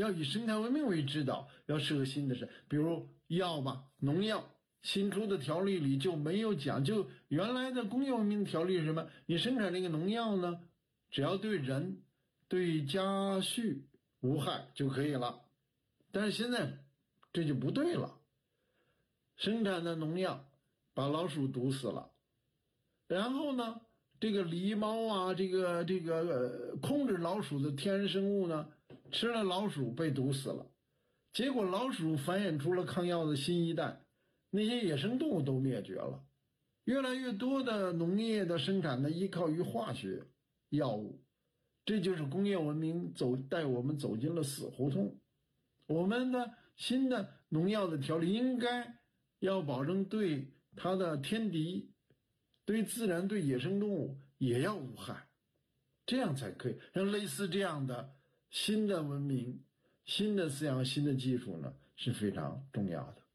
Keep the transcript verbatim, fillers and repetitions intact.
要以生态文明为指导，要设新的事，比如药吧，农药。新出的条例里就没有讲，就原来的工业文明条例是什么？你生产这个农药呢，只要对人、对家畜无害就可以了。但是现在这就不对了，生产的农药把老鼠毒死了，然后呢，这个狸猫啊，这个这个、呃、控制老鼠的天然生物呢，吃了老鼠被毒死了，结果老鼠繁衍出了抗药的新一代。那些野生动物都灭绝了，越来越多的农业的生产呢依靠于化学药物，这就是工业文明走带我们走进了死胡同。我们的新的农药的条例应该要保证对它的天敌、对自然、对野生动物也要无害，这样才可以让类似这样的新的文明、新的思想、新的技术呢是非常重要的。